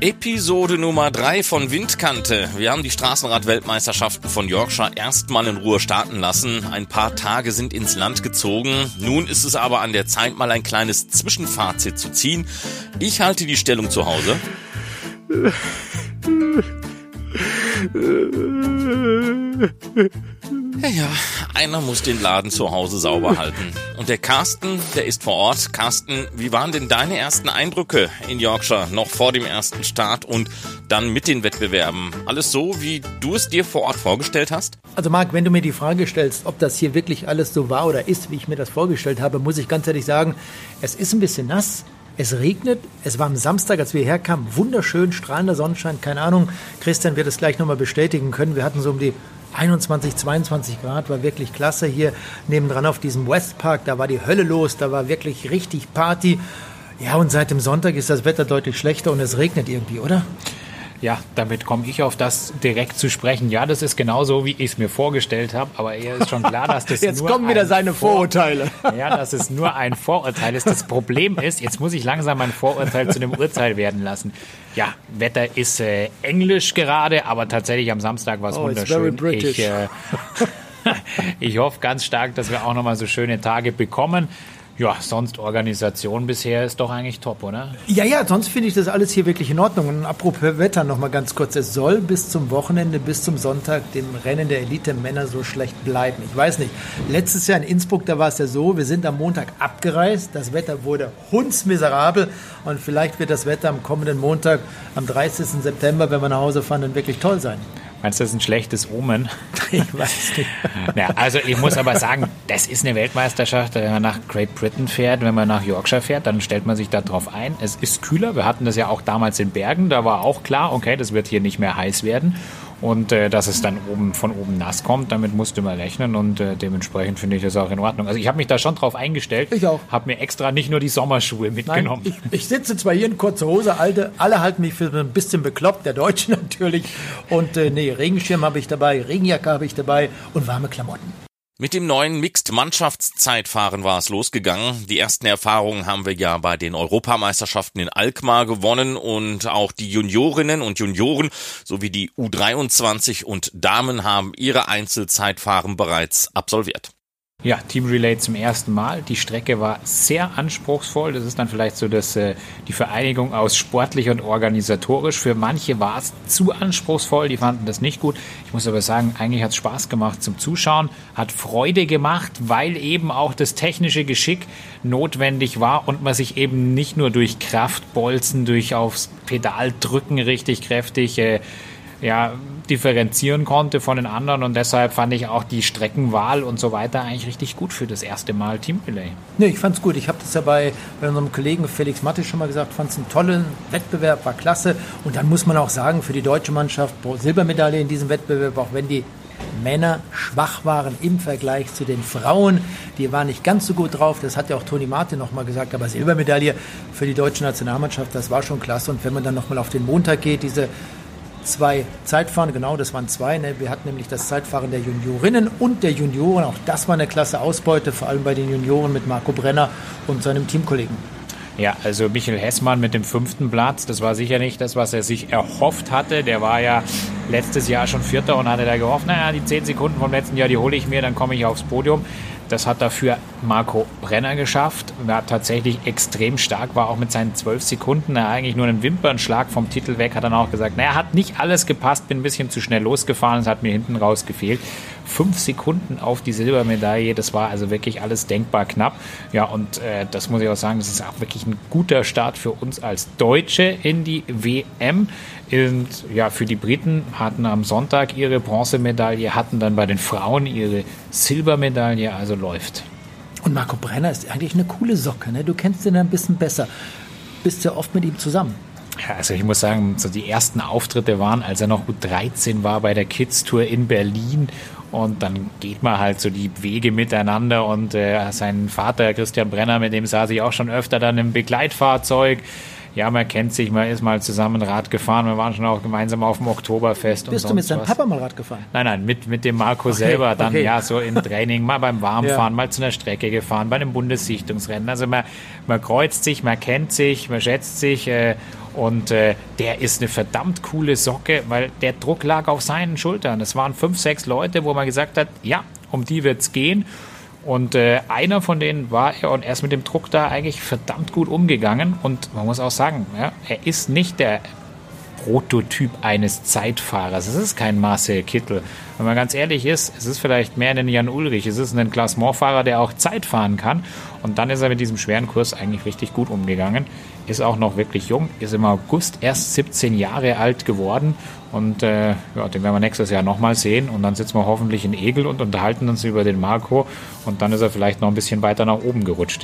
Episode Nummer 3 von Windkante. Wir haben die Straßenrad-Weltmeisterschaften von Yorkshire erstmal in Ruhe starten lassen. Ein paar Tage sind ins Land gezogen. Nun ist es aber an der Zeit, mal ein kleines Zwischenfazit zu ziehen. Ich halte die Stellung zu Hause. Ja, einer muss den Laden zu Hause sauber halten. Und der Carsten, der ist vor Ort. Carsten, wie waren denn deine ersten Eindrücke in Yorkshire noch vor dem ersten Start und dann mit den Wettbewerben? Alles so, wie du es dir vor Ort vorgestellt hast? Also Marc, wenn du mir die Frage stellst, ob das hier wirklich alles so war oder ist, wie ich mir das vorgestellt habe, muss ich ganz ehrlich sagen, es ist ein bisschen nass. Es regnet, es war am Samstag, als wir herkamen, wunderschön, strahlender Sonnenschein, keine Ahnung, Christian wird es gleich nochmal bestätigen können, wir hatten so um die 21, 22 Grad, war wirklich klasse hier nebendran auf diesem Westpark, da war die Hölle los, da war wirklich richtig Party. Ja, und seit dem Sonntag ist das Wetter deutlich schlechter und es regnet irgendwie, oder? Ja, damit komme ich auf das direkt zu sprechen. Ja, das ist genauso, wie ich es mir vorgestellt habe, aber eher ist schon klar, dass das jetzt kommen wieder seine Vorurteile. Ja, dass es nur ein Vorurteil ist. Das Problem ist, jetzt muss ich langsam mein Vorurteil zu dem Urteil werden lassen. Ja, Wetter ist englisch gerade, aber tatsächlich am Samstag war es wunderschön. Ich hoffe ganz stark, dass wir auch nochmal so schöne Tage bekommen. Ja, sonst Organisation bisher ist doch eigentlich top, oder? Ja, sonst finde ich das alles hier wirklich in Ordnung. Und apropos Wetter noch mal ganz kurz. Es soll bis zum Wochenende, bis zum Sonntag dem Rennen der Elite-Männer so schlecht bleiben. Ich weiß nicht. Letztes Jahr in Innsbruck, da war es ja so, wir sind am Montag abgereist. Das Wetter wurde hundsmiserabel. Und vielleicht wird das Wetter am kommenden Montag, am 30. September, wenn wir nach Hause fahren, dann wirklich toll sein. Meinst du, das ist ein schlechtes Omen? Ich weiß nicht. Ja, also ich muss aber sagen, das ist eine Weltmeisterschaft. Wenn man nach Great Britain fährt, wenn man nach Yorkshire fährt, dann stellt man sich da drauf ein. Es ist kühler. Wir hatten das ja auch damals in Bergen. Da war auch klar, okay, das wird hier nicht mehr heiß werden. Und dass es dann von oben nass kommt, damit musste man rechnen und dementsprechend finde ich das auch in Ordnung. Also ich habe mich da schon drauf eingestellt. Ich auch. Habe mir extra nicht nur die Sommerschuhe mitgenommen. Nein, ich sitze zwar hier in kurzer Hose, alle halten mich für ein bisschen bekloppt, der Deutsche natürlich. Und Regenschirm habe ich dabei, Regenjacke habe ich dabei und warme Klamotten. Mit dem neuen Mixed-Mannschaftszeitfahren war es losgegangen. Die ersten Erfahrungen haben wir ja bei den Europameisterschaften in Alkmaar gewonnen und auch die Juniorinnen und Junioren sowie die U23 und Damen haben ihre Einzelzeitfahren bereits absolviert. Ja, Team Relay zum ersten Mal. Die Strecke war sehr anspruchsvoll. Das ist dann vielleicht so die Vereinigung aus sportlich und organisatorisch. Für manche war es zu anspruchsvoll, die fanden das nicht gut. Ich muss aber sagen, eigentlich hat es Spaß gemacht zum Zuschauen, hat Freude gemacht, weil eben auch das technische Geschick notwendig war und man sich eben nicht nur durch Kraftbolzen, durch aufs Pedal drücken richtig kräftig differenzieren konnte von den anderen und deshalb fand ich auch die Streckenwahl und so weiter eigentlich richtig gut für das erste Mal Team Relay. Nee, ich fand's gut. Ich habe das ja bei unserem Kollegen Felix Matte schon mal gesagt, fand's einen tollen Wettbewerb, war klasse und dann muss man auch sagen, für die deutsche Mannschaft Silbermedaille in diesem Wettbewerb, auch wenn die Männer schwach waren im Vergleich zu den Frauen. Die waren nicht ganz so gut drauf, das hat ja auch Toni Martin noch mal gesagt, aber Silbermedaille für die deutsche Nationalmannschaft, das war schon klasse und wenn man dann noch mal auf den Montag geht, diese 2 Zeitfahren, genau, das waren 2. Ne? Wir hatten nämlich das Zeitfahren der Juniorinnen und der Junioren. Auch das war eine klasse Ausbeute, vor allem bei den Junioren mit Marco Brenner und seinem Teamkollegen. Ja, also Michael Hessmann mit dem 5. Platz, das war sicher nicht das, was er sich erhofft hatte. Der war ja letztes Jahr schon 4. und hatte da gehofft, die 10 Sekunden vom letzten Jahr, die hole ich mir, dann komme ich aufs Podium. Das hat dafür Marco Brenner geschafft. War tatsächlich extrem stark, war auch mit seinen 12 Sekunden eigentlich nur einen Wimpernschlag vom Titel weg. Hat dann auch gesagt, hat nicht alles gepasst, bin ein bisschen zu schnell losgefahren, es hat mir hinten raus gefehlt. 5 Sekunden auf die Silbermedaille, das war also wirklich alles denkbar knapp. Ja, und das muss ich auch sagen, das ist auch wirklich ein guter Start für uns als Deutsche in die WM. Und ja, für die Briten hatten am Sonntag ihre Bronzemedaille, hatten dann bei den Frauen ihre Silbermedaille, also läuft. Und Marco Brenner ist eigentlich eine coole Socke, ne? Du kennst ihn ein bisschen besser. Bist ja oft mit ihm zusammen. Ja, also ich muss sagen, so die ersten Auftritte waren, als er noch U13 war bei der Kids Tour in Berlin. Und dann geht man halt so die Wege miteinander und sein Vater Christian Brenner, mit dem saß ich auch schon öfter dann im Begleitfahrzeug. Ja, man kennt sich, man ist mal zusammen Rad gefahren, wir waren schon auch gemeinsam auf dem Oktoberfest. Bist du mit deinem Papa mal Rad gefahren? Nein, mit dem Marco selber dann, ja, so im Training, mal beim Warmfahren, mal zu einer Strecke gefahren, bei einem Bundessichtungsrennen. Also man kreuzt sich, man kennt sich, man schätzt sich Und der ist eine verdammt coole Socke, weil der Druck lag auf seinen Schultern. Es waren 5, 6 Leute, wo man gesagt hat, ja, um die wird's gehen. Und einer von denen war er und er ist mit dem Druck da eigentlich verdammt gut umgegangen. Und man muss auch sagen, ja, er ist nicht der Prototyp eines Zeitfahrers. Es ist kein Marcel Kittel. Wenn man ganz ehrlich ist, es ist vielleicht mehr ein Jan Ullrich. Es ist ein Klassementfahrer, der auch Zeit fahren kann. Und dann ist er mit diesem schweren Kurs eigentlich richtig gut umgegangen. Ist auch noch wirklich jung. Ist im August erst 17 Jahre alt geworden. Und den werden wir nächstes Jahr nochmal sehen. Und dann sitzen wir hoffentlich in Egel und unterhalten uns über den Marco. Und dann ist er vielleicht noch ein bisschen weiter nach oben gerutscht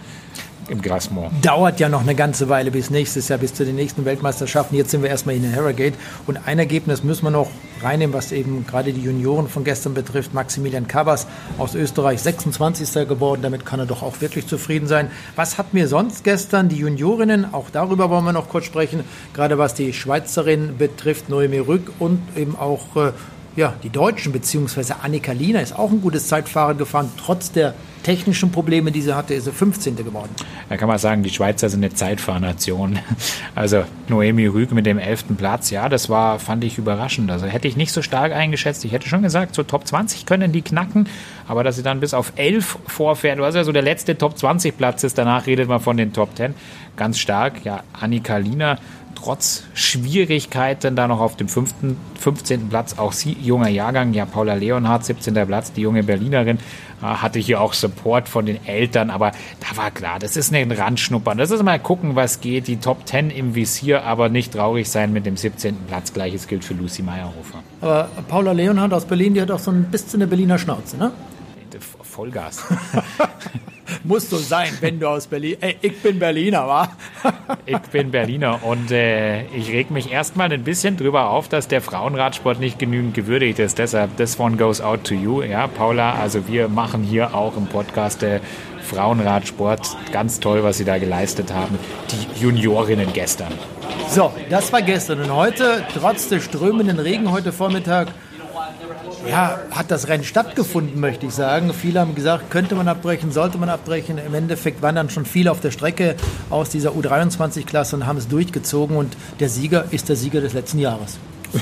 im Klassement. Dauert ja noch eine ganze Weile bis nächstes Jahr, bis zu den nächsten Weltmeisterschaften. Jetzt sind wir erstmal in Harrogate. Und ein Ergebnis müssen wir noch reinnehmen, was eben gerade die Junioren von gestern betrifft. Maximilian Cabas aus Österreich, 26. geworden. Damit kann er doch auch wirklich zufrieden sein. Was hatten wir sonst gestern? Die Juniorinnen, auch darüber wollen wir noch kurz sprechen. Gerade was die Schweizerin betrifft, Noemi Rück und eben auch die Deutschen, beziehungsweise Annika Lina ist auch ein gutes Zeitfahren gefahren. Trotz der technischen Probleme, die sie hatte, ist sie 15. geworden. Da kann man sagen, die Schweizer sind eine Zeitfahrnation. Also Noemi Rüg mit dem 11. Platz, ja, das fand ich überraschend. Also hätte ich nicht so stark eingeschätzt. Ich hätte schon gesagt, so Top 20 können die knacken, aber dass sie dann bis auf 11 vorfährt, was ja so der letzte Top 20 Platz ist, danach redet man von den Top 10. Ganz stark, ja, Annika Lina trotz Schwierigkeiten da noch auf dem 15. Platz, auch sie, junger Jahrgang, ja, Paula Leonhardt, 17. Platz, die junge Berlinerin, hatte hier auch Support von den Eltern, aber da war klar, das ist ein Randschnuppern, das ist mal gucken, was geht, die Top 10 im Visier, aber nicht traurig sein mit dem 17. Platz, gleiches gilt für Lucy Meyerhofer. Aber Paula Leonhardt aus Berlin, die hat auch so ein bisschen eine Berliner Schnauze, ne? Vollgas. Muss so sein, wenn du aus Berlin... ich bin Berliner, wa? Ich bin Berliner und ich reg mich erstmal ein bisschen drüber auf, dass der Frauenradsport nicht genügend gewürdigt ist. Deshalb, this one goes out to you. Ja, Paula, also wir machen hier auch im Podcast Frauenradsport. Ganz toll, was Sie da geleistet haben. Die Juniorinnen gestern. So, das war gestern. Und heute, trotz des strömenden Regen heute Vormittag, hat das Rennen stattgefunden, möchte ich sagen. Viele haben gesagt, könnte man abbrechen, sollte man abbrechen. Im Endeffekt waren dann schon viele auf der Strecke aus dieser U23-Klasse und haben es durchgezogen. Und der Sieger ist der Sieger des letzten Jahres.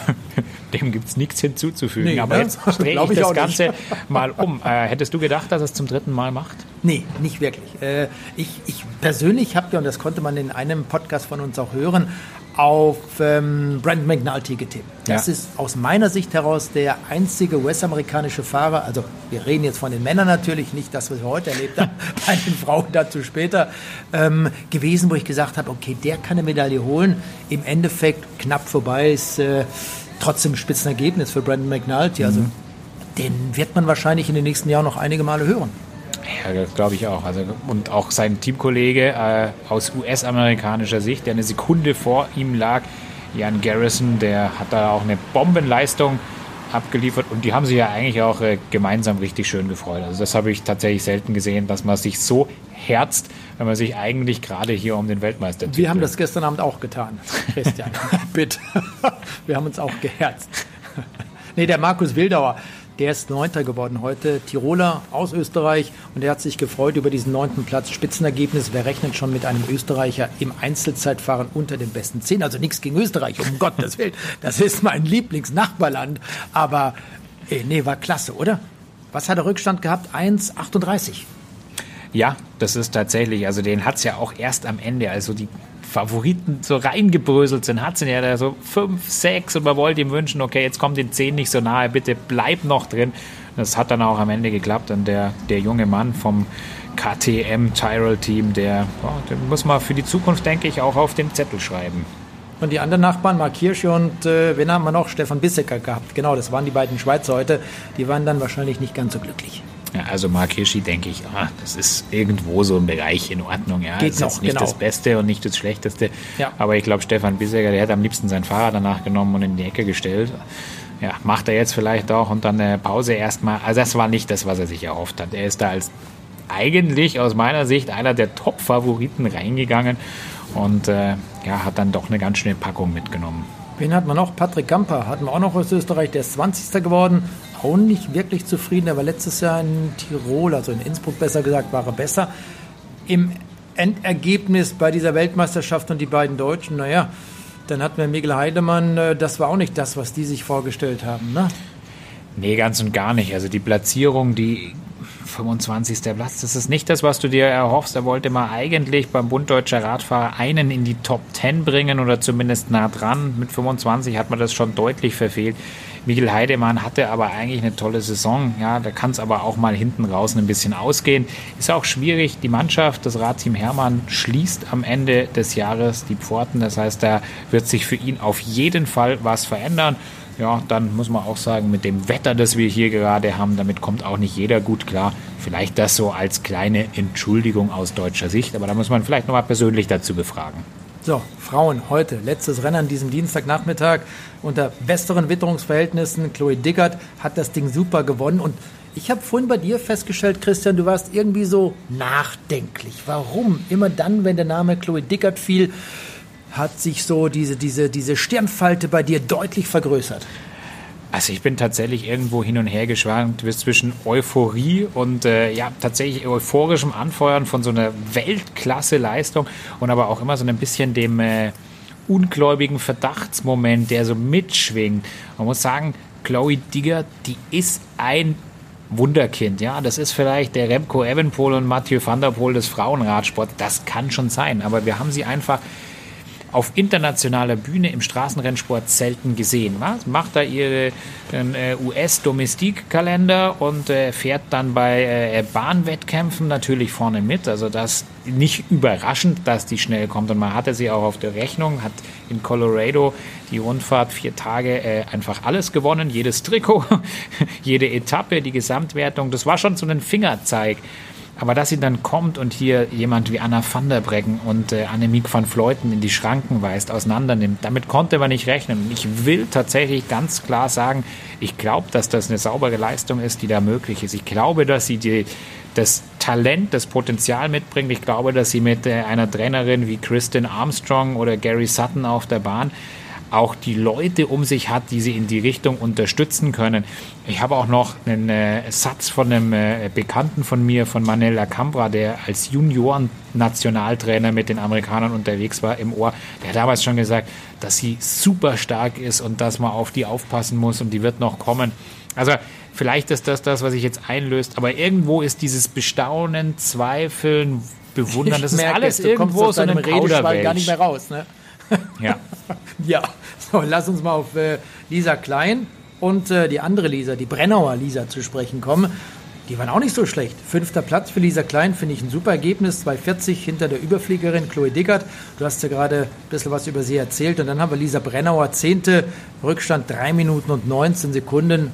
Dem gibt es nichts hinzuzufügen. Nee, aber jetzt drehe ich das Ganze nicht. mal um. Hättest du gedacht, dass es zum 3. Mal macht? Nee, nicht wirklich. Ich persönlich habe ja, und das konnte man in einem Podcast von uns auch hören, auf Brandon McNulty getippt. Das ist aus meiner Sicht heraus der einzige US-amerikanische Fahrer, also wir reden jetzt von den Männern natürlich, nicht das, was wir heute erlebt haben, bei den Frauen dazu später, gewesen, wo ich gesagt habe, okay, der kann eine Medaille holen. Im Endeffekt knapp vorbei ist trotzdem ein Spitzenergebnis für Brandon McNulty. Also den wird man wahrscheinlich in den nächsten Jahren noch einige Male hören. Ja, das glaube ich auch. Also, und auch sein Teamkollege aus US-amerikanischer Sicht, der eine Sekunde vor ihm lag, Jan Garrison, der hat da auch eine Bombenleistung abgeliefert und die haben sich ja eigentlich auch gemeinsam richtig schön gefreut. Also das habe ich tatsächlich selten gesehen, dass man sich so herzt, wenn man sich eigentlich gerade hier um den Weltmeister tut. Wir haben das gestern Abend auch getan, Christian. Bitte. Wir haben uns auch geherzt. Nee, der Markus Wildauer, der ist 9. geworden heute, Tiroler aus Österreich und der hat sich gefreut über diesen 9. Platz. Spitzenergebnis, wer rechnet schon mit einem Österreicher im Einzelzeitfahren unter den besten 10? Also nichts gegen Österreich, um Gottes Willen. Das ist mein Lieblingsnachbarland. Aber war klasse, oder? Was hat er Rückstand gehabt? 1,38. Ja, das ist tatsächlich, also den hat es ja auch erst am Ende, also die Favoriten so reingebröselt sind, hat es ja da so 5, 6 und man wollte ihm wünschen, okay, jetzt kommt den 10 nicht so nahe, bitte bleib noch drin. Das hat dann auch am Ende geklappt und der junge Mann vom KTM Tyrrell Team, den muss man für die Zukunft, denke ich, auch auf den Zettel schreiben. Und die anderen Nachbarn, Mark Hirschi und wen haben wir noch? Stefan Bissecker gehabt. Genau, das waren die beiden Schweizer heute. Die waren dann wahrscheinlich nicht ganz so glücklich. Ja, also Mark Hirschi, denke ich, das ist irgendwo so ein Bereich in Ordnung. Ja. Geht das noch, ist nicht genau. das Beste und nicht das Schlechteste. Ja. Aber ich glaube, Stefan Bissecker, der hätte am liebsten sein Fahrrad danach genommen und in die Ecke gestellt. Ja, macht er jetzt vielleicht auch und dann eine Pause erstmal. Also das war nicht das, was er sich erhofft hat. Er ist da als eigentlich aus meiner Sicht einer der Top-Favoriten reingegangen und hat dann doch eine ganz schöne Packung mitgenommen. Wen hat man noch? Patrick Gamper hatten wir auch noch aus Österreich, der ist 20. geworden. Auch nicht wirklich zufrieden, er war letztes Jahr in Tirol, also in Innsbruck besser gesagt, war er besser. Im Endergebnis bei dieser Weltmeisterschaft und die beiden Deutschen, naja, dann hatten wir Mikkel Heidemann, das war auch nicht das, was die sich vorgestellt haben, ne? Nee, ganz und gar nicht. Also die Platzierung, die 25. Platz, das ist nicht das, was du dir erhoffst. Da wollte man eigentlich beim Bund Deutscher Radfahrer einen in die Top 10 bringen oder zumindest nah dran. Mit 25 hat man das schon deutlich verfehlt. Mikkel Heidemann hatte aber eigentlich eine tolle Saison. Ja, da kann es aber auch mal hinten raus ein bisschen ausgehen. Ist auch schwierig. Die Mannschaft, das Radteam Hermann, schließt am Ende des Jahres die Pforten. Das heißt, da wird sich für ihn auf jeden Fall was verändern. Ja, dann muss man auch sagen, mit dem Wetter, das wir hier gerade haben, damit kommt auch nicht jeder gut klar. Vielleicht das so als kleine Entschuldigung aus deutscher Sicht, aber da muss man vielleicht nochmal persönlich dazu befragen. So, Frauen, heute, letztes Rennen an diesem Dienstagnachmittag unter besseren Witterungsverhältnissen. Chloe Dickert hat das Ding super gewonnen und ich habe vorhin bei dir festgestellt, Christian, du warst irgendwie so nachdenklich. Warum? Immer dann, wenn der Name Chloe Dickert fiel, hat sich so diese Stirnfalte bei dir deutlich vergrößert? Also ich bin tatsächlich irgendwo hin und her geschwankt zwischen Euphorie und tatsächlich euphorischem Anfeuern von so einer Weltklasse-Leistung und aber auch immer so ein bisschen dem ungläubigen Verdachtsmoment, der so mitschwingt. Man muss sagen, Chloe Dickert, die ist ein Wunderkind, ja, das ist vielleicht der Remco Evenepoel und Mathieu van der Poel des Frauenradsports, das kann schon sein, aber wir haben sie einfach auf internationaler Bühne im Straßenrennsport selten gesehen. Was? Macht da ihren US-Domestikkalender und fährt dann bei Bahnwettkämpfen natürlich vorne mit. Also das nicht überraschend, dass die schnell kommt. Und man hatte sie auch auf der Rechnung, hat in Colorado die Rundfahrt 4 Tage einfach alles gewonnen. Jedes Trikot, jede Etappe, die Gesamtwertung. Das war schon so ein Fingerzeig. Aber dass sie dann kommt und hier jemand wie Anna van der Breggen und Annemiek van Vleuten in die Schranken weist, auseinandernimmt, damit konnte man nicht rechnen. Und ich will tatsächlich ganz klar sagen, ich glaube, dass das eine saubere Leistung ist, die da möglich ist. Ich glaube, dass sie das Talent, das Potenzial mitbringt. Ich glaube, dass sie mit einer Trainerin wie Kristin Armstrong oder Gary Sutton auf der Bahn auch die Leute um sich hat, die sie in die Richtung unterstützen können. Ich habe auch noch einen Satz von einem Bekannten von mir, von Manel Lacambra, der als Junioren-Nationaltrainer mit den Amerikanern unterwegs war, im Ohr. Der hat damals schon gesagt, dass sie super stark ist und dass man auf die aufpassen muss und die wird noch kommen. Also vielleicht ist das, was sich jetzt einlöst, aber irgendwo ist dieses Bestaunen, Zweifeln, Bewundern, das ist alles irgendwo so ein Kauderwelsch. Gar nicht mehr raus, ne? Ja. Ja, so, lass uns mal auf Lisa Klein und die andere Lisa, die Brennauer Lisa, zu sprechen kommen. Die waren auch nicht so schlecht. 5. Platz für Lisa Klein, finde ich ein super Ergebnis. 2,40 hinter der Überfliegerin Chloe Dickert. Du hast ja gerade ein bisschen was über sie erzählt. Und dann haben wir Lisa Brennauer, 10. Rückstand 3 Minuten und 19 Sekunden.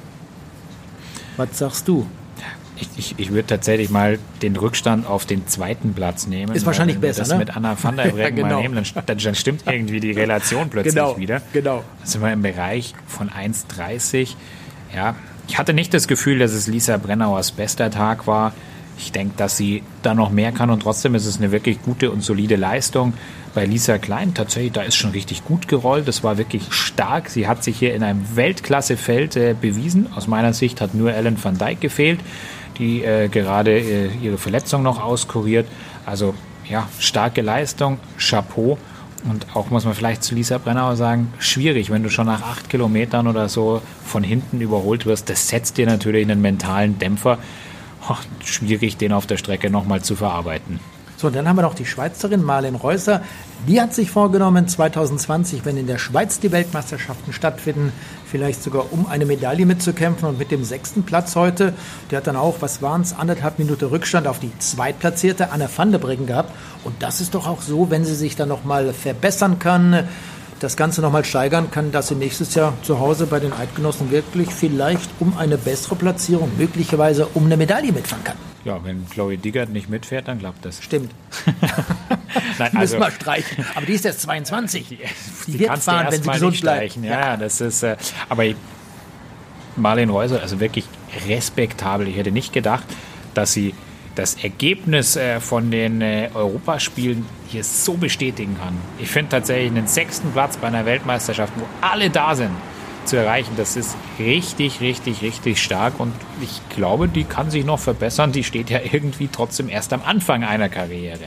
Was sagst du? Ich würde tatsächlich mal den Rückstand auf den 2. Platz nehmen. Ist wahrscheinlich besser, das ne? Mit Anna van der Breggen ja, genau. mal nehmen, dann stimmt irgendwie die Relation plötzlich wieder. Genau. Dann sind wir im Bereich von 1,30. Ja, ich hatte nicht das Gefühl, dass es Lisa Brennauers bester Tag war. Ich denke, dass sie da noch mehr kann und trotzdem ist es eine wirklich gute und solide Leistung. Bei Lisa Klein tatsächlich, da ist schon richtig gut gerollt. Das war wirklich stark. Sie hat sich hier in einem Weltklassefeld bewiesen. Aus meiner Sicht hat nur Ellen van Dijk gefehlt, die gerade ihre Verletzung noch auskuriert. Also ja, starke Leistung, Chapeau. Und auch muss man vielleicht zu Lisa Brennauer sagen, schwierig, wenn du schon nach 8 Kilometern oder so von hinten überholt wirst. Das setzt dir natürlich einen mentalen Dämpfer. Schwierig, den auf der Strecke nochmal zu verarbeiten. So, dann haben wir noch die Schweizerin Marlen Reusser. Die hat sich vorgenommen, 2020, wenn in der Schweiz die Weltmeisterschaften stattfinden, vielleicht sogar um eine Medaille mitzukämpfen. Und mit dem 6. Platz heute, der hat dann auch, was waren es, 1,5 Minuten Rückstand auf die zweitplatzierte Anna van der Breggen gehabt. Und das ist doch auch so, wenn sie sich dann nochmal verbessern kann, das Ganze nochmal steigern kann, dass sie nächstes Jahr zu Hause bei den Eidgenossen wirklich vielleicht um eine bessere Platzierung, möglicherweise um eine Medaille mitfahren kann. Ja, wenn Chloe Dickert nicht mitfährt, dann klappt das. Stimmt. Nein, die müssen wir streichen. Aber die ist erst 22. Die wird fahren, wenn sie gesund bleibt. Ja, das ist. Aber Marlen Reusser, also wirklich respektabel. Ich hätte nicht gedacht, dass sie das Ergebnis von den Europaspielen hier so bestätigen kann. Ich finde tatsächlich einen 6. Platz bei einer Weltmeisterschaft, wo alle da sind, zu erreichen, das ist richtig, richtig, richtig stark und ich glaube, die kann sich noch verbessern. Die steht ja irgendwie trotzdem erst am Anfang einer Karriere.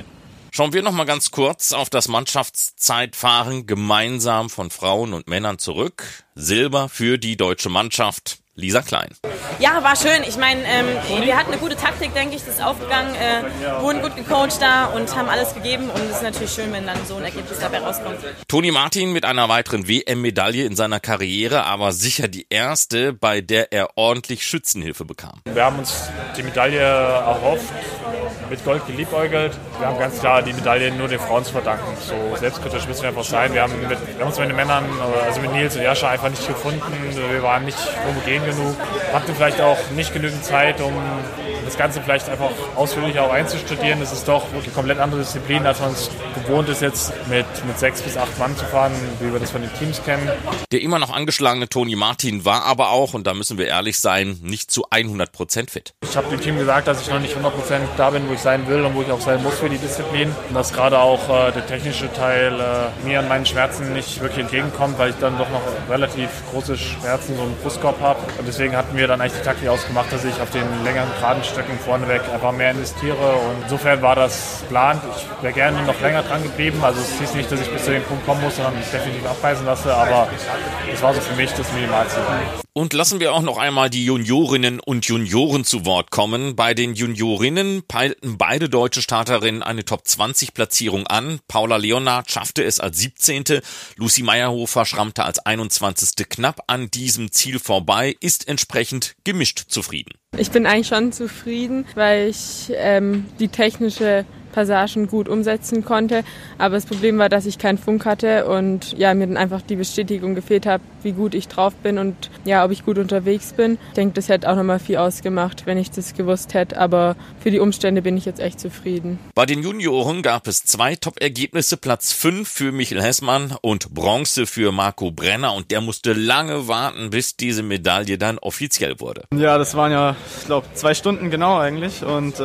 Schauen wir noch mal ganz kurz auf das Mannschaftszeitfahren gemeinsam von Frauen und Männern zurück. Silber für die deutsche Mannschaft. Lisa Klein. Ja, war schön. Ich meine, wir hatten eine gute Taktik, denke ich, das ist aufgegangen, wurden gut gecoacht da und haben alles gegeben und es ist natürlich schön, wenn dann so ein Ergebnis dabei rauskommt. Toni Martin mit einer weiteren WM-Medaille in seiner Karriere, aber sicher die erste, bei der er ordentlich Schützenhilfe bekam. Wir haben uns die Medaille erhofft, mit Gold geliebäugelt. Wir haben ganz klar die Medaille nur den Frauen zu verdanken. So selbstkritisch müssen wir einfach sein. Wir haben uns mit den Männern, also mit Nils und Jascha, einfach nicht gefunden. Wir waren nicht homogen genug. Hatten vielleicht auch nicht genügend Zeit, um das Ganze vielleicht einfach ausführlicher auch einzustudieren. Das ist doch wirklich eine komplett andere Disziplin, als man es gewohnt ist, jetzt mit 6 bis 8 Mann zu fahren, wie wir das von den Teams kennen. Der immer noch angeschlagene Toni Martin war aber auch, und da müssen wir ehrlich sein, nicht zu 100% fit. Ich habe dem Team gesagt, dass ich noch nicht 100% da bin, wo ich sein will und wo ich auch sein muss für die Disziplin. Und dass gerade auch der technische Teil mir und meinen Schmerzen nicht wirklich entgegenkommt, weil ich dann doch noch relativ große Schmerzen so im Brustkorb habe. Und deswegen hatten wir dann eigentlich die Taktik ausgemacht, dass ich auf den längeren geraden Strecken vorneweg einfach mehr investiere. Und insofern war das geplant. Ich wäre gerne noch länger dran geblieben. Also es hieß nicht, dass ich bis zu dem Punkt kommen muss, sondern mich definitiv abreisen lasse. Aber das war so für mich das Minimalziel. Und lassen wir auch noch einmal die Juniorinnen und Junioren zu Wort kommen. Bei den Juniorinnen peilten beide deutsche Starterinnen eine Top-20-Platzierung an. Paula Leonhardt schaffte es als 17. Lucy Meyerhofer schrammte als 21. knapp an diesem Ziel vorbei, ist entsprechend gemischt zufrieden. Ich bin eigentlich schon zufrieden, weil ich die technische Passagen gut umsetzen konnte. Aber das Problem war, dass ich keinen Funk hatte und ja, mir dann einfach die Bestätigung gefehlt hat, wie gut ich drauf bin und ja, ob ich gut unterwegs bin. Ich denke, das hätte auch nochmal viel ausgemacht, wenn ich das gewusst hätte. Aber für die Umstände bin ich jetzt echt zufrieden. Bei den Junioren gab es 2 Top-Ergebnisse. Platz 5 für Michel Hessmann und Bronze für Marco Brenner. Und der musste lange warten, bis diese Medaille dann offiziell wurde. Ja, das waren ja, ich glaube, 2 Stunden genau eigentlich. Und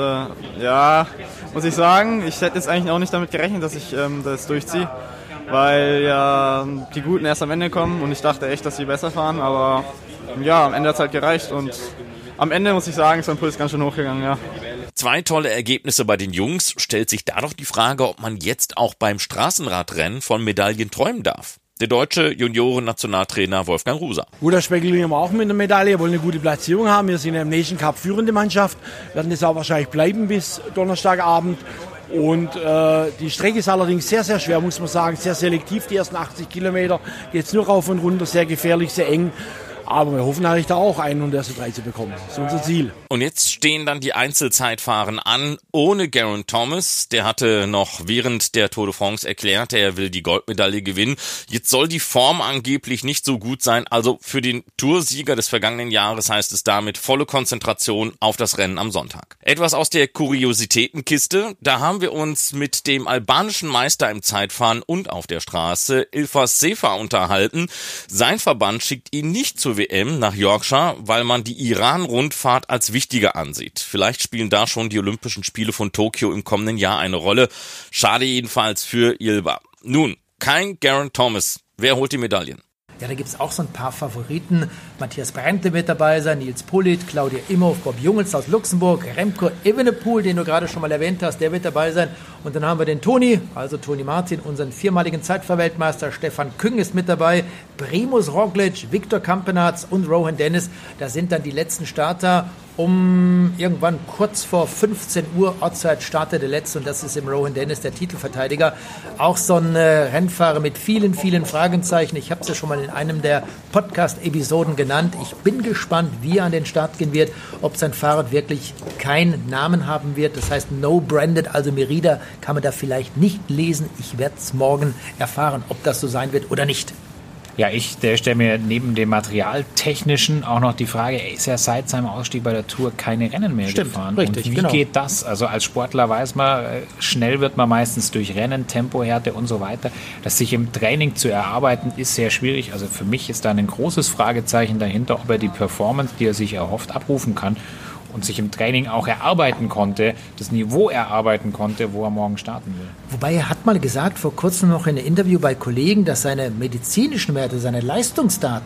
ja, muss ich sagen, ich hätte jetzt eigentlich auch nicht damit gerechnet, dass ich das durchziehe, weil ja die Guten erst am Ende kommen und ich dachte echt, dass sie besser fahren, aber ja, am Ende hat es halt gereicht und am Ende muss ich sagen, ist mein Puls ganz schön hochgegangen, ja. 2 tolle Ergebnisse bei den Jungs, stellt sich da doch die Frage, ob man jetzt auch beim Straßenradrennen von Medaillen träumen darf. Der deutsche Junioren-Nationaltrainer Wolfgang Ruser. Gut, da spekulieren wir auch mit einer Medaille, wollen eine gute Platzierung haben. Wir sind ja im Nation Cup führende Mannschaft, werden das auch wahrscheinlich bleiben bis Donnerstagabend. Und die Strecke ist allerdings sehr, sehr schwer, muss man sagen, sehr selektiv. Die ersten 80 Kilometer geht es nur rauf und runter, sehr gefährlich, sehr eng. Aber wir hoffen eigentlich da auch einen und erste 3 zu bekommen. Das ist unser Ziel. Und jetzt stehen dann die Einzelzeitfahren an, ohne Geraint Thomas. Der hatte noch während der Tour de France erklärt, er will die Goldmedaille gewinnen. Jetzt soll die Form angeblich nicht so gut sein. Also für den Toursieger des vergangenen Jahres heißt es damit volle Konzentration auf das Rennen am Sonntag. Etwas aus der Kuriositätenkiste. Da haben wir uns mit dem albanischen Meister im Zeitfahren und auf der Straße, Ilfas Sefa, unterhalten. Sein Verband schickt ihn nicht zur WM nach Yorkshire, weil man die Iran-Rundfahrt als wichtiger ansieht. Vielleicht spielen da schon die Olympischen Spiele von Tokio im kommenden Jahr eine Rolle. Schade jedenfalls für Ilva. Nun, kein Geraint Thomas. Wer holt die Medaillen? Ja, da gibt es auch so ein paar Favoriten. Matthias Brandte wird dabei sein, Nils Politt, Claudia Imhoff, Bob Jungels aus Luxemburg, Remco Evenepoel, den du gerade schon mal erwähnt hast, der wird dabei sein. Und dann haben wir den Toni, also Toni Martin, unseren 4-maligen Zeitfahrweltmeister. Stefan Küng ist mit dabei, Primož Roglič, Viktor Kampenaerts und Rohan Dennis. Das sind dann die letzten Starter. Irgendwann kurz vor 15 Uhr Ortszeit startet der letzte und das ist im Rohan Dennis, der Titelverteidiger. Auch so ein Rennfahrer mit vielen, vielen Fragezeichen. Ich habe es ja schon mal in einem der Podcast-Episoden genannt. Ich bin gespannt, wie er an den Start gehen wird, ob sein Fahrrad wirklich keinen Namen haben wird. Das heißt no branded, also Merida kann man da vielleicht nicht lesen. Ich werde es morgen erfahren, ob das so sein wird oder nicht. Ja, ich stelle mir neben dem Materialtechnischen auch noch die Frage, ist ja seit seinem Ausstieg bei der Tour keine Rennen mehr gefahren. Richtig, und wie geht das? Also als Sportler weiß man, schnell wird man meistens durch Rennen, Tempohärte und so weiter. Das sich im Training zu erarbeiten, ist sehr schwierig. Also für mich ist da ein großes Fragezeichen dahinter, ob er die Performance, die er sich erhofft, abrufen kann und sich im Training auch erarbeiten konnte, das Niveau erarbeiten konnte, wo er morgen starten will. Wobei er hat mal gesagt, vor kurzem noch in einem Interview bei Kollegen, dass seine medizinischen Werte, seine Leistungsdaten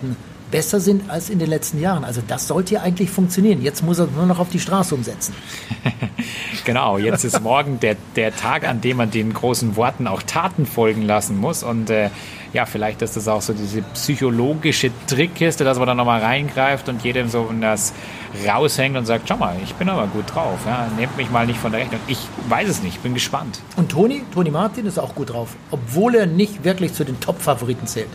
besser sind als in den letzten Jahren. Also das sollte ja eigentlich funktionieren. Jetzt muss er nur noch auf die Straße umsetzen. Genau, jetzt ist morgen der Tag, an dem man den großen Worten auch Taten folgen lassen muss. Und vielleicht ist das auch so diese psychologische Trickkiste, dass man da nochmal reingreift und jedem so in das raushängt und sagt, schau mal, ich bin aber gut drauf. Ja, nehmt mich mal nicht von der Rechnung. Ich weiß es nicht, bin gespannt. Und Toni Martin ist auch gut drauf, obwohl er nicht wirklich zu den Top-Favoriten zählt.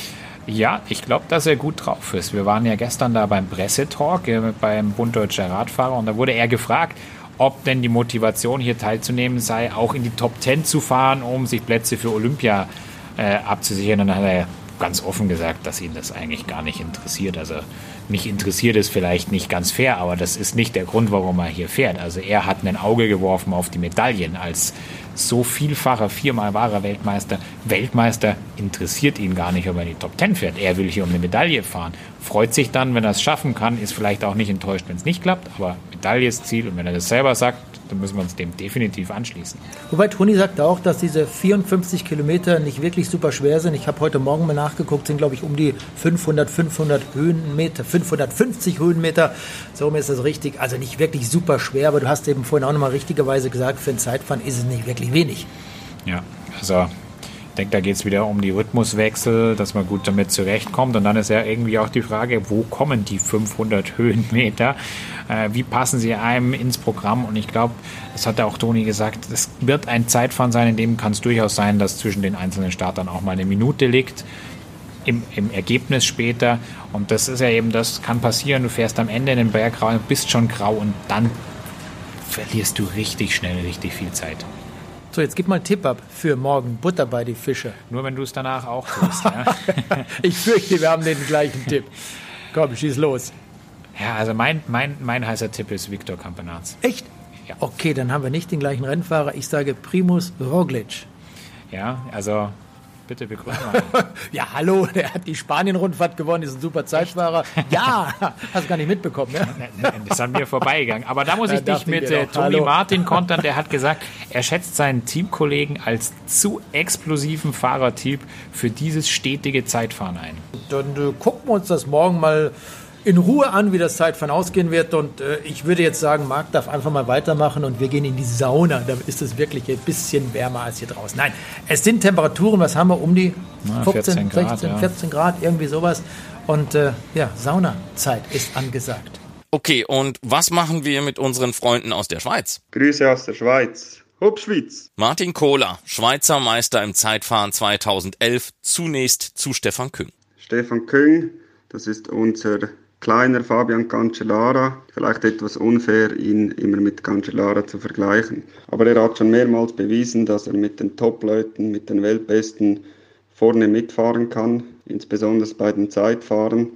Ja, ich glaube, dass er gut drauf ist. Wir waren ja gestern da beim Pressetalk beim Bund Deutscher Radfahrer und da wurde er gefragt, ob denn die Motivation hier teilzunehmen sei, auch in die Top 10 zu fahren, um sich Plätze für Olympia abzusichern. Und dann hat er ganz offen gesagt, dass ihn das eigentlich gar nicht interessiert. Also mich interessiert es vielleicht nicht ganz fair, aber das ist nicht der Grund, warum er hier fährt. Also er hat ein Auge geworfen auf die Medaillen. Als so vielfacher, 4-mal wahrer Weltmeister. Weltmeister interessiert ihn gar nicht, ob er in die Top 10 fährt. Er will hier um eine Medaille fahren. Freut sich dann, wenn er es schaffen kann, ist vielleicht auch nicht enttäuscht, wenn es nicht klappt, aber Medaille ist Ziel und wenn er das selber sagt, dann müssen wir uns dem definitiv anschließen. Wobei Toni sagt auch, dass diese 54 Kilometer nicht wirklich super schwer sind. Ich habe heute Morgen mal nachgeguckt, sind glaube ich um die 500 Höhenmeter, 550 Höhenmeter. So ist das richtig. Also nicht wirklich super schwer, aber du hast eben vorhin auch nochmal richtigerweise gesagt, für ein Zeitfahren ist es nicht wirklich wenig. Ja, also ich denke, da geht es wieder um die Rhythmuswechsel, dass man gut damit zurechtkommt. Und dann ist ja irgendwie auch die Frage, wo kommen die 500 Höhenmeter? Wie passen sie einem ins Programm? Und ich glaube, das hat ja auch Toni gesagt, es wird ein Zeitfahren sein, in dem kann es durchaus sein, dass zwischen den einzelnen Startern auch mal eine Minute liegt. Im Ergebnis später. Und das ist ja eben, das kann passieren. Du fährst am Ende in den Berg raus, bist schon grau und dann verlierst du richtig schnell richtig viel Zeit. So, jetzt gib mal einen Tipp ab für morgen. Butter bei die Fische. Nur wenn du es danach auch tust. Ja? Ich fürchte, wir haben den gleichen Tipp. Komm, schieß los. Ja, also mein heißer Tipp ist Viktor Campenaerts. Echt? Ja. Okay, dann haben wir nicht den gleichen Rennfahrer. Ich sage Primož Roglič. Ja, also bitte begründen mal. Ja, hallo, der hat die Spanien-Rundfahrt gewonnen, ist ein super Zeitfahrer. Ja, hast du gar nicht mitbekommen, ne? Nein, das ist an mir vorbeigegangen. Aber da muss ich dich mit Toni Martin kontern. Der hat gesagt, er schätzt seinen Teamkollegen als zu explosiven Fahrertyp für dieses stetige Zeitfahren ein. Dann gucken wir uns das morgen mal in Ruhe an, wie das Zeitfahren ausgehen wird. Und ich würde jetzt sagen, Marc darf einfach mal weitermachen und wir gehen in die Sauna. Da ist es wirklich ein bisschen wärmer als hier draußen. Nein, es sind Temperaturen, was haben wir, um die 15, 14 Grad, 16, ja. 14 Grad, irgendwie sowas. Und Saunazeit ist angesagt. Okay, und was machen wir mit unseren Freunden aus der Schweiz? Grüße aus der Schweiz. Hopp Schweiz. Martin Kohler, Schweizer Meister im Zeitfahren 2011, zunächst zu Stefan Küng. Stefan Küng, das ist unser kleiner Fabian Cancellara. Vielleicht etwas unfair, ihn immer mit Cancellara zu vergleichen. Aber er hat schon mehrmals bewiesen, dass er mit den Top-Leuten, mit den Weltbesten vorne mitfahren kann, insbesondere bei den Zeitfahren.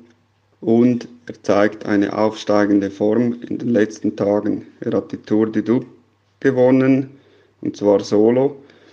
Und er zeigt eine aufsteigende Form in den letzten Tagen. Er hat die Tour de Doubs gewonnen, und zwar solo.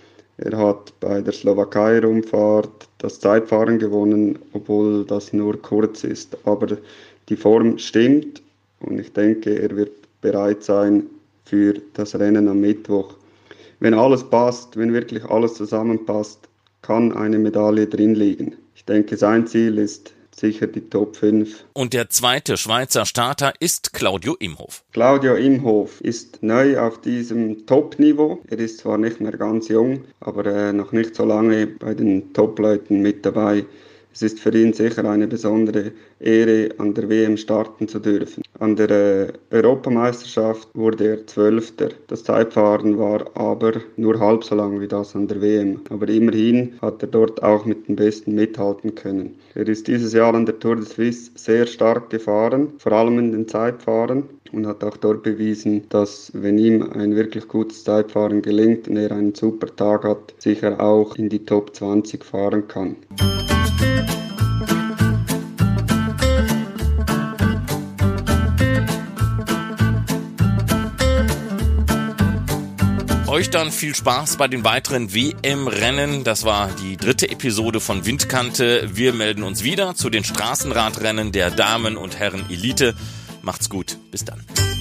Er hat bei der Slowakei-Rundfahrt das Zeitfahren gewonnen, obwohl das nur kurz ist. Aber die Form stimmt und ich denke, er wird bereit sein für das Rennen am Mittwoch. Wenn alles passt, wenn wirklich alles zusammenpasst, kann eine Medaille drin liegen. Ich denke, sein Ziel ist sicher die Top 5. Und der zweite Schweizer Starter ist Claudio Imhof. Claudio Imhof ist neu auf diesem Top-Niveau. Er ist zwar nicht mehr ganz jung, aber noch nicht so lange bei den Top-Leuten mit dabei. Es ist für ihn sicher eine besondere Ehre, an der WM starten zu dürfen. An der Europameisterschaft wurde er 12. Das Zeitfahren war aber nur halb so lang wie das an der WM. Aber immerhin hat er dort auch mit den Besten mithalten können. Er ist dieses Jahr an der Tour de Suisse sehr stark gefahren, vor allem in den Zeitfahren. Und hat auch dort bewiesen, dass, wenn ihm ein wirklich gutes Zeitfahren gelingt und er einen super Tag hat, sicher auch in die Top 20 fahren kann. Euch dann viel Spaß bei den weiteren WM-Rennen. Das war die 3. Episode von Windkante. Wir melden uns wieder zu den Straßenradrennen der Damen und Herren Elite. Macht's gut. Bis dann.